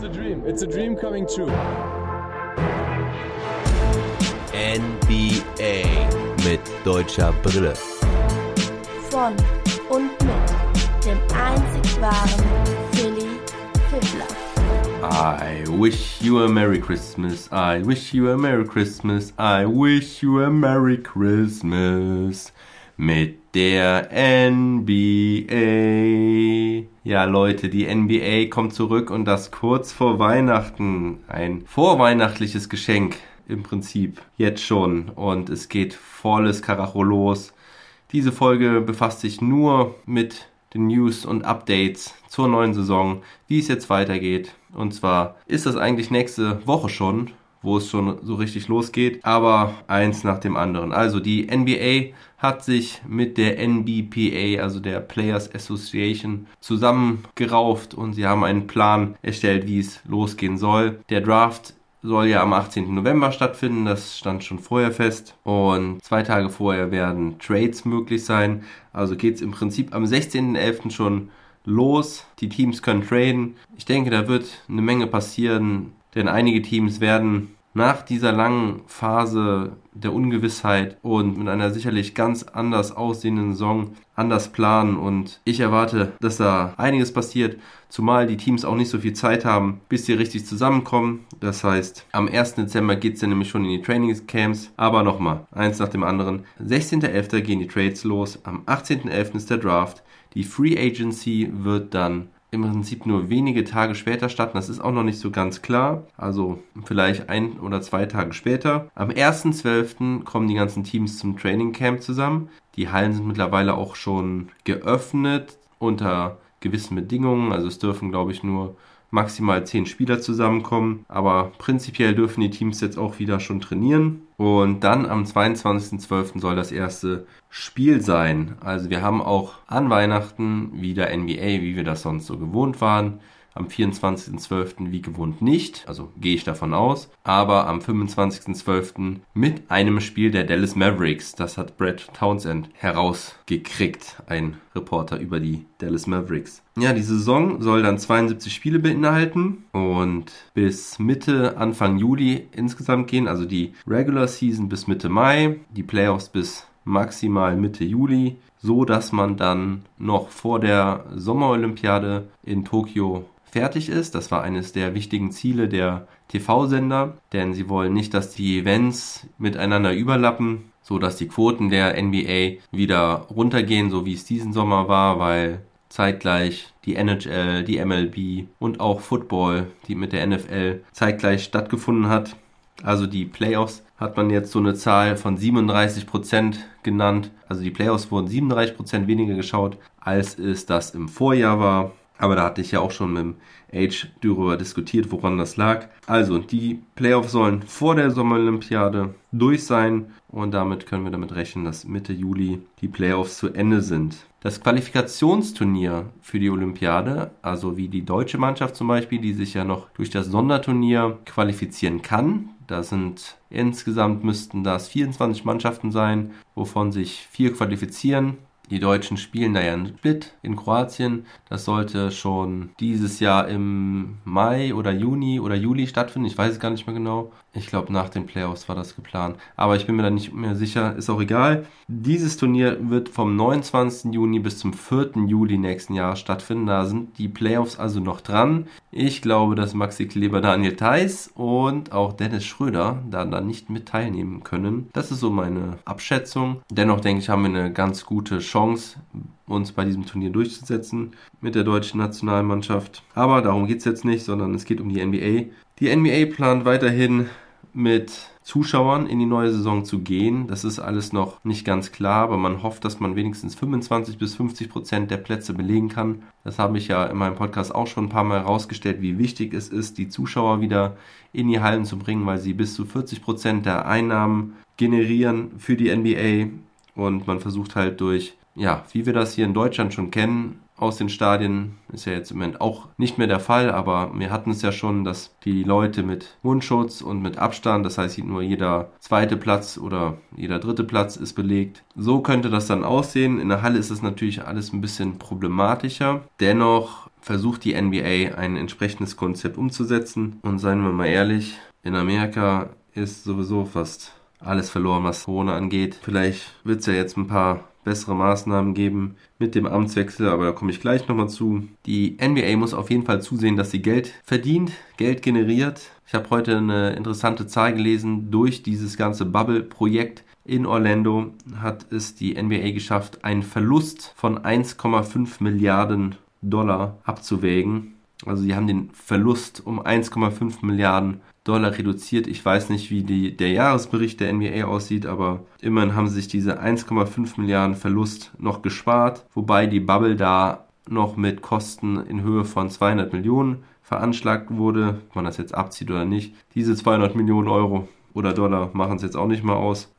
a dream. It's a dream coming true. NBA mit deutscher Brille. Von und mit dem einzig wahren Philly Fiddler. I wish you a Merry Christmas. I wish you a Merry Christmas. I wish you a Merry Christmas. Mit der NBA. Ja, Leute, die NBA kommt zurück und das kurz vor Weihnachten. Ein vorweihnachtliches Geschenk im Prinzip jetzt schon. Und es geht volles Karacho los. Diese Folge befasst sich nur mit den News und Updates zur neuen Saison, wie es jetzt weitergeht. Und zwar ist das eigentlich nächste Woche schon, wo es schon so richtig losgeht, aber eins nach dem anderen. Also die NBA hat sich mit der NBPA, also der Players Association, zusammengerauft und sie haben einen Plan erstellt, wie es losgehen soll. Der Draft soll ja am 18. November stattfinden, das stand schon vorher fest. Und 2 Tage vorher werden Trades möglich sein. Also geht es im Prinzip am 16.11. schon los. Die Teams können traden. Ich denke, da wird eine Menge passieren, denn einige Teams werden nach dieser langen Phase der Ungewissheit und mit einer sicherlich ganz anders aussehenden Saison anders planen. Und ich erwarte, dass da einiges passiert, zumal die Teams auch nicht so viel Zeit haben, bis sie richtig zusammenkommen. Das heißt, am 1. Dezember geht es ja nämlich schon in die Trainingscamps. Aber nochmal, eins nach dem anderen. 16.11. gehen die Trades los, am 18.11. ist der Draft. Die Free Agency wird dann im Prinzip nur wenige Tage später starten. Das ist auch noch nicht so ganz klar. Also vielleicht 1 oder 2 Tage später. Am 1.12. kommen die ganzen Teams zum Training Camp zusammen. Die Hallen sind mittlerweile auch schon geöffnet unter gewissen Bedingungen. Also es dürfen, glaube ich, nur maximal 10 Spieler zusammenkommen. Aber prinzipiell dürfen die Teams jetzt auch wieder schon trainieren. Und dann am 22.12. soll das erste Spiel sein. Also wir haben auch an Weihnachten wieder NBA, wie wir das sonst so gewohnt waren. Am 24.12. wie gewohnt nicht, also gehe ich davon aus. Aber am 25.12. mit einem Spiel der Dallas Mavericks. Das hat Brad Townsend herausgekriegt, ein Reporter über die Dallas Mavericks. Ja, die Saison soll dann 72 Spiele beinhalten und bis Mitte, Anfang Juli insgesamt gehen. Also die Regular Season bis Mitte Mai, die Playoffs bis maximal Mitte Juli, so dass man dann noch vor der Sommerolympiade in Tokio fertig ist. Das war eines der wichtigen Ziele der TV-Sender, denn sie wollen nicht, dass die Events miteinander überlappen, so dass die Quoten der NBA wieder runtergehen, so wie es diesen Sommer war, weil zeitgleich die NHL, die MLB und auch Football, die mit der NFL zeitgleich stattgefunden hat. Also die Playoffs hat man jetzt so eine Zahl von 37% genannt. Also die Playoffs wurden 37% weniger geschaut, als es das im Vorjahr war. Aber da hatte ich ja auch schon mit dem Age darüber diskutiert, woran das lag. Also die Playoffs sollen vor der Sommerolympiade durch sein und damit können wir damit rechnen, dass Mitte Juli die Playoffs zu Ende sind. Das Qualifikationsturnier für die Olympiade, also wie die deutsche Mannschaft zum Beispiel, die sich ja noch durch das Sonderturnier qualifizieren kann. Da sind insgesamt müssten das 24 Mannschaften sein, wovon sich 4 qualifizieren. Die Deutschen spielen da ja einen Split in Kroatien. Das sollte schon dieses Jahr im Mai oder Juni oder Juli stattfinden. Ich weiß es gar nicht mehr genau. Ich glaube, nach den Playoffs war das geplant. Aber ich bin mir da nicht mehr sicher. Ist auch egal. Dieses Turnier wird vom 29. Juni bis zum 4. Juli nächsten Jahres stattfinden. Da sind die Playoffs also noch dran. Ich glaube, dass Maxi Kleber, Daniel Theis und auch Dennis Schröder da dann nicht mit teilnehmen können. Das ist so meine Abschätzung. Dennoch denke ich, haben wir eine ganz gute Chance, uns bei diesem Turnier durchzusetzen mit der deutschen Nationalmannschaft. Aber darum geht es jetzt nicht, sondern es geht um die NBA. Die NBA plant weiterhin mit Zuschauern in die neue Saison zu gehen. Das ist alles noch nicht ganz klar, aber man hofft, dass man wenigstens 25-50% der Plätze belegen kann. Das habe ich ja in meinem Podcast auch schon ein paar Mal herausgestellt, wie wichtig es ist, die Zuschauer wieder in die Hallen zu bringen, weil sie bis zu 40% der Einnahmen generieren für die NBA. Und man versucht halt durch, ja, wie wir das hier in Deutschland schon kennen, aus den Stadien, ist ja jetzt im Moment auch nicht mehr der Fall, aber wir hatten es ja schon, dass die Leute mit Mundschutz und mit Abstand, das heißt nur jeder 2. Platz oder jeder 3. Platz ist belegt. So könnte das dann aussehen. In der Halle ist es natürlich alles ein bisschen problematischer. Dennoch versucht die NBA ein entsprechendes Konzept umzusetzen. Und seien wir mal ehrlich, in Amerika ist sowieso fast alles verloren, was Corona angeht. Vielleicht wird es ja jetzt ein paar bessere Maßnahmen geben mit dem Amtswechsel, aber da komme ich gleich nochmal zu. Die NBA muss auf jeden Fall zusehen, dass sie Geld verdient, Geld generiert. Ich habe heute eine interessante Zahl gelesen. Durch dieses ganze Bubble-Projekt in Orlando hat es die NBA geschafft, einen Verlust von 1,5 Milliarden Dollar abzuwägen. Also sie haben den Verlust um 1,5 Milliarden Dollar reduziert. Ich weiß nicht, wie der Jahresbericht der NBA aussieht, aber immerhin haben sie sich diese 1,5 Milliarden Verlust noch gespart, wobei die Bubble da noch mit Kosten in Höhe von 200 Millionen veranschlagt wurde. Ob man das jetzt abzieht oder nicht. Diese 200 Millionen Euro oder Dollar machen es jetzt auch nicht mal aus.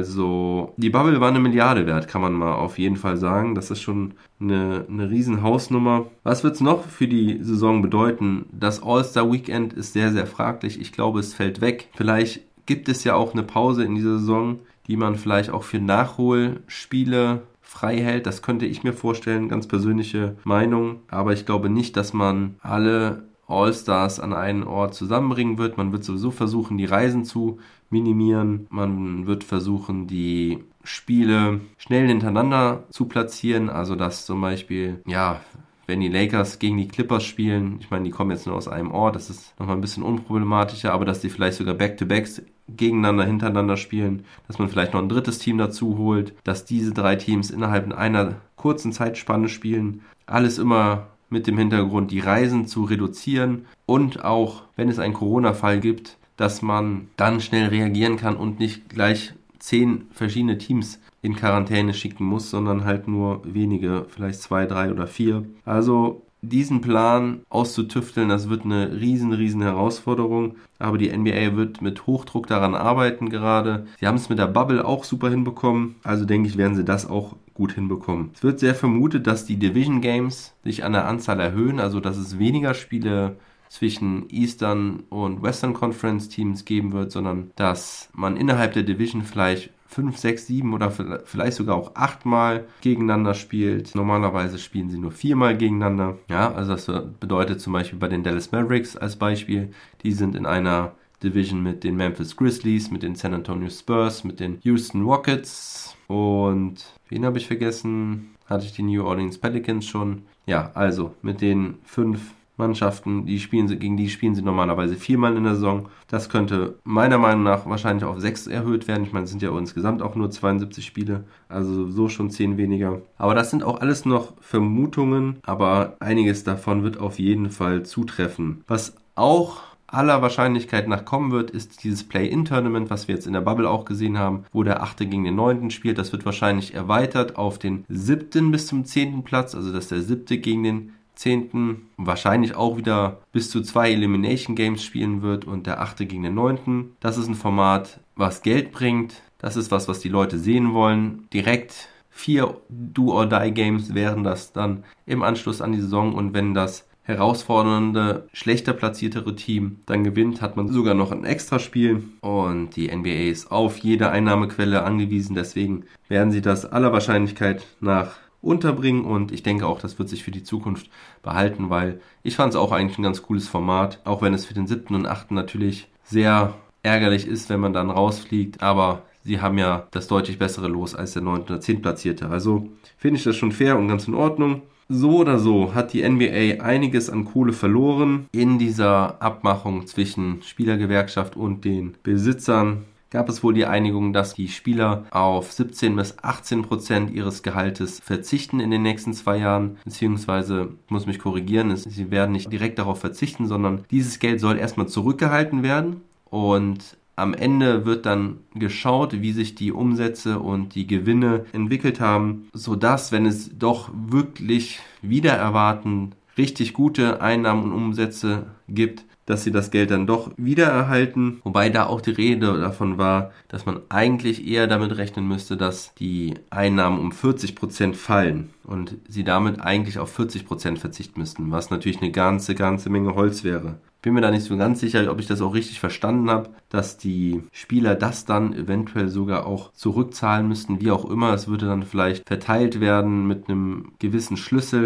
Also die Bubble war 1 Milliarde wert, kann man mal auf jeden Fall sagen. Das ist schon eine riesen Hausnummer. Was wird es noch für die Saison bedeuten? Das All-Star-Weekend ist sehr, sehr fraglich. Ich glaube, es fällt weg. Vielleicht gibt es ja auch eine Pause in dieser Saison, die man vielleicht auch für Nachholspiele frei hält. Das könnte ich mir vorstellen, ganz persönliche Meinung. Aber ich glaube nicht, dass man alle All-Stars an einen Ort zusammenbringen wird. Man wird sowieso versuchen, die Reisen zu minimieren. Man wird versuchen, die Spiele schnell hintereinander zu platzieren. Also dass zum Beispiel, wenn die Lakers gegen die Clippers spielen, ich meine, die kommen jetzt nur aus einem Ort, das ist nochmal ein bisschen unproblematischer, aber dass die vielleicht sogar Back-to-Backs gegeneinander, hintereinander spielen, dass man vielleicht noch ein drittes Team dazu holt, dass diese 3 Teams innerhalb einer kurzen Zeitspanne spielen. Alles immer mit dem Hintergrund, die Reisen zu reduzieren und auch, wenn es einen Corona-Fall gibt, dass man dann schnell reagieren kann und nicht gleich 10 verschiedene Teams in Quarantäne schicken muss, sondern halt nur wenige, vielleicht 2, 3 oder 4. Also diesen Plan auszutüfteln, das wird eine riesen Herausforderung, aber die NBA wird mit Hochdruck daran arbeiten gerade. Sie haben es mit der Bubble auch super hinbekommen, also denke ich, werden sie das auch gut hinbekommen. Es wird sehr vermutet, dass die Division Games sich an der Anzahl erhöhen, also dass es weniger Spiele zwischen Eastern und Western Conference Teams geben wird, sondern dass man innerhalb der Division vielleicht 5, 6, 7 oder vielleicht sogar auch 8 Mal gegeneinander spielt. Normalerweise spielen sie nur 4 Mal gegeneinander. Ja, also das bedeutet zum Beispiel bei den Dallas Mavericks als Beispiel, die sind in einer Division mit den Memphis Grizzlies, mit den San Antonio Spurs, mit den Houston Rockets und wen habe ich vergessen? Hatte ich die New Orleans Pelicans schon? Ja, also mit den 5 Mannschaften, gegen die spielen sie normalerweise 4-mal in der Saison. Das könnte meiner Meinung nach wahrscheinlich auf 6 erhöht werden. Ich meine, es sind ja insgesamt auch nur 72 Spiele, also so schon 10 weniger. Aber das sind auch alles noch Vermutungen, aber einiges davon wird auf jeden Fall zutreffen. Was auch aller Wahrscheinlichkeit nach kommen wird, ist dieses Play-In-Tournament, was wir jetzt in der Bubble auch gesehen haben, wo der 8. gegen den 9. spielt. Das wird wahrscheinlich erweitert auf den 7. bis zum 10. Platz, also dass der 7. gegen den 10. wahrscheinlich auch wieder bis zu 2 Elimination Games spielen wird und der 8. gegen den 9. Das ist ein Format, was Geld bringt. Das ist was die Leute sehen wollen. Direkt 4 Do-or-Die-Games wären das dann im Anschluss an die Saison und wenn das herausfordernde, schlechter platziertere Team dann gewinnt, hat man sogar noch ein Extraspiel und die NBA ist auf jede Einnahmequelle angewiesen. Deswegen werden sie das aller Wahrscheinlichkeit nach unterbringen und ich denke auch, das wird sich für die Zukunft behalten, weil ich fand es auch eigentlich ein ganz cooles Format, auch wenn es für den 7. und 8. natürlich sehr ärgerlich ist, wenn man dann rausfliegt, aber sie haben ja das deutlich bessere Los als der 9. oder 10. Platzierte, also finde ich das schon fair und ganz in Ordnung. So oder so hat die NBA einiges an Kohle verloren in dieser Abmachung zwischen Spielergewerkschaft und den Besitzern. Gab es wohl die Einigung, dass die Spieler auf 17 bis 18% ihres Gehaltes verzichten in den nächsten 2 Jahren, beziehungsweise, ich muss mich korrigieren, sie werden nicht direkt darauf verzichten, sondern dieses Geld soll erstmal zurückgehalten werden und am Ende wird dann geschaut, wie sich die Umsätze und die Gewinne entwickelt haben, sodass, wenn es doch wirklich wider erwarten richtig gute Einnahmen und Umsätze gibt, dass sie das Geld dann doch wieder erhalten. Wobei da auch die Rede davon war, dass man eigentlich eher damit rechnen müsste, dass die Einnahmen um 40% fallen und sie damit eigentlich auf 40% verzichten müssten, was natürlich eine ganze Menge Holz wäre. Bin mir da nicht so ganz sicher, ob ich das auch richtig verstanden habe, dass die Spieler das dann eventuell sogar auch zurückzahlen müssten, wie auch immer. Es würde dann vielleicht verteilt werden mit einem gewissen Schlüssel.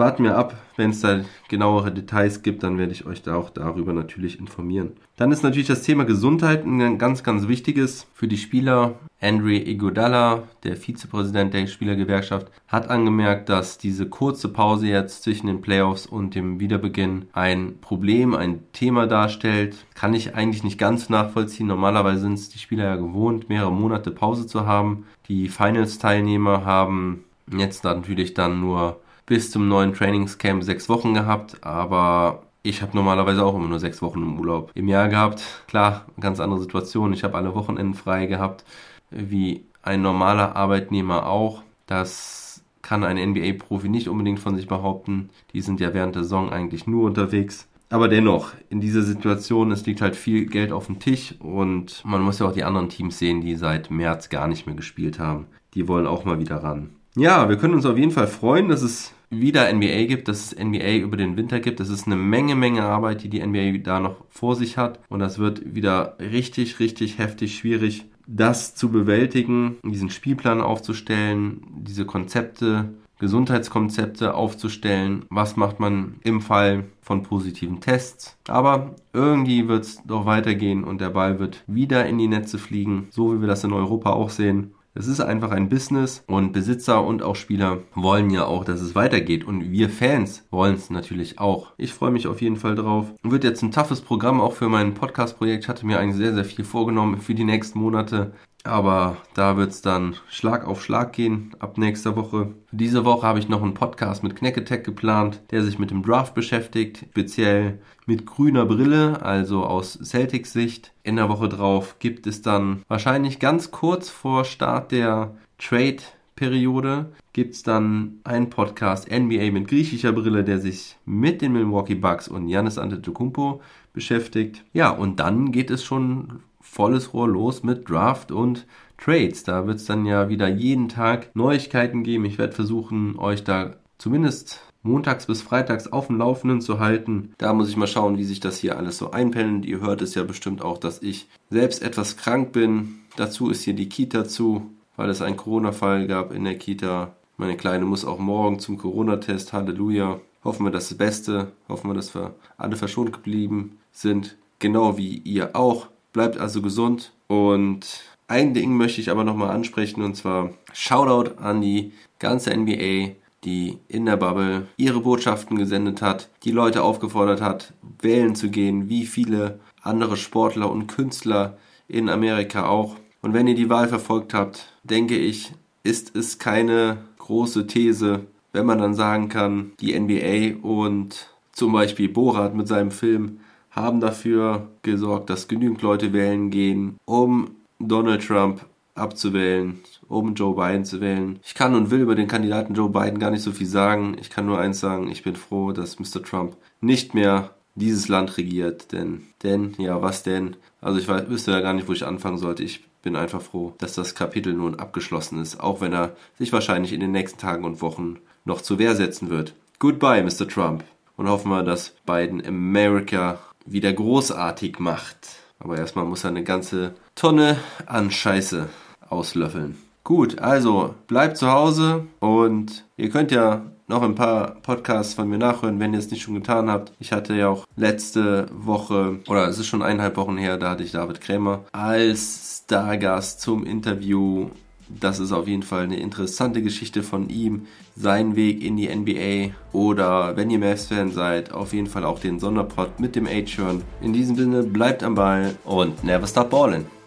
warten wir ab. Wenn es da genauere Details gibt, dann werde ich euch da auch darüber natürlich informieren. Dann ist natürlich das Thema Gesundheit ein ganz, ganz wichtiges für die Spieler. Andre Iguodala, der Vizepräsident der Spielergewerkschaft, hat angemerkt, dass diese kurze Pause jetzt zwischen den Playoffs und dem Wiederbeginn ein Problem, ein Thema darstellt. Kann ich eigentlich nicht ganz nachvollziehen. Normalerweise sind es die Spieler ja gewohnt, mehrere Monate Pause zu haben. Die Finals-Teilnehmer haben jetzt natürlich dann nur bis zum neuen Trainingscamp 6 Wochen gehabt, aber ich habe normalerweise auch immer nur 6 Wochen im Urlaub im Jahr gehabt. Klar, ganz andere Situation. Ich habe alle Wochenenden frei gehabt, wie ein normaler Arbeitnehmer auch. Das kann ein NBA-Profi nicht unbedingt von sich behaupten. Die sind ja während der Saison eigentlich nur unterwegs. Aber dennoch, in dieser Situation, es liegt halt viel Geld auf dem Tisch und man muss ja auch die anderen Teams sehen, die seit März gar nicht mehr gespielt haben. Die wollen auch mal wieder ran. Ja, wir können uns auf jeden Fall freuen, dass es wieder NBA gibt, dass es NBA über den Winter gibt. Das ist eine Menge Arbeit, die die NBA da noch vor sich hat. Und das wird wieder richtig heftig schwierig, das zu bewältigen, diesen Spielplan aufzustellen, diese Konzepte, Gesundheitskonzepte aufzustellen. Was macht man im Fall von positiven Tests? Aber irgendwie wird es doch weitergehen und der Ball wird wieder in die Netze fliegen, so wie wir das in Europa auch sehen. Es ist einfach ein Business und Besitzer und auch Spieler wollen ja auch, dass es weitergeht und wir Fans wollen es natürlich auch. Ich freue mich auf jeden Fall drauf. Wird jetzt ein toughes Programm auch für mein Podcast-Projekt. Ich hatte mir eigentlich sehr viel vorgenommen für die nächsten Monate. Aber da wird es dann Schlag auf Schlag gehen ab nächster Woche. Für diese Woche habe ich noch einen Podcast mit Knacketech geplant, der sich mit dem Draft beschäftigt, speziell mit grüner Brille, also aus Celtics Sicht. In der Woche drauf gibt es dann wahrscheinlich ganz kurz vor Start der Trade-Periode gibt es dann einen Podcast NBA mit griechischer Brille, der sich mit den Milwaukee Bucks und Giannis Antetokounmpo beschäftigt. Ja, und dann geht es schon volles Rohr los mit Draft und Trades. Da wird es dann ja wieder jeden Tag Neuigkeiten geben. Ich werde versuchen, euch da zumindest montags bis freitags auf dem Laufenden zu halten. Da muss ich mal schauen, wie sich das hier alles so einpendelt. Ihr hört es ja bestimmt auch, dass ich selbst etwas krank bin. Dazu ist hier die Kita zu, weil es einen Corona-Fall gab in der Kita. Meine Kleine muss auch morgen zum Corona-Test. Halleluja. Hoffen wir das Beste. Hoffen wir, dass wir alle verschont geblieben sind. Genau wie ihr auch. Bleibt also gesund und ein Ding möchte ich aber nochmal ansprechen und zwar Shoutout an die ganze NBA, die in der Bubble ihre Botschaften gesendet hat, die Leute aufgefordert hat, wählen zu gehen, wie viele andere Sportler und Künstler in Amerika auch. Und wenn ihr die Wahl verfolgt habt, denke ich, ist es keine große These, wenn man dann sagen kann, die NBA und zum Beispiel Borat mit seinem Film haben dafür gesorgt, dass genügend Leute wählen gehen, um Donald Trump abzuwählen, um Joe Biden zu wählen. Ich kann und will über den Kandidaten Joe Biden gar nicht so viel sagen. Ich kann nur eins sagen, ich bin froh, dass Mr. Trump nicht mehr dieses Land regiert. Denn, ja, was denn? Also ich wüsste ja gar nicht, wo ich anfangen sollte. Ich bin einfach froh, dass das Kapitel nun abgeschlossen ist, auch wenn er sich wahrscheinlich in den nächsten Tagen und Wochen noch zur Wehr setzen wird. Goodbye, Mr. Trump. Und hoffen wir, dass Biden America wieder großartig macht. Aber erstmal muss er eine ganze Tonne an Scheiße auslöffeln. Gut, also bleibt zu Hause und ihr könnt ja noch ein paar Podcasts von mir nachhören, wenn ihr es nicht schon getan habt. Ich hatte ja auch letzte Woche, oder es ist schon 1,5 Wochen her, da hatte ich David Krämer als Stargast zum Interview. Das ist auf jeden Fall eine interessante Geschichte von ihm, sein Weg in die NBA oder wenn ihr Mavs-Fan seid, auf jeden Fall auch den Sonderpod mit dem H-Hören. In diesem Sinne, bleibt am Ball und never stop ballin'.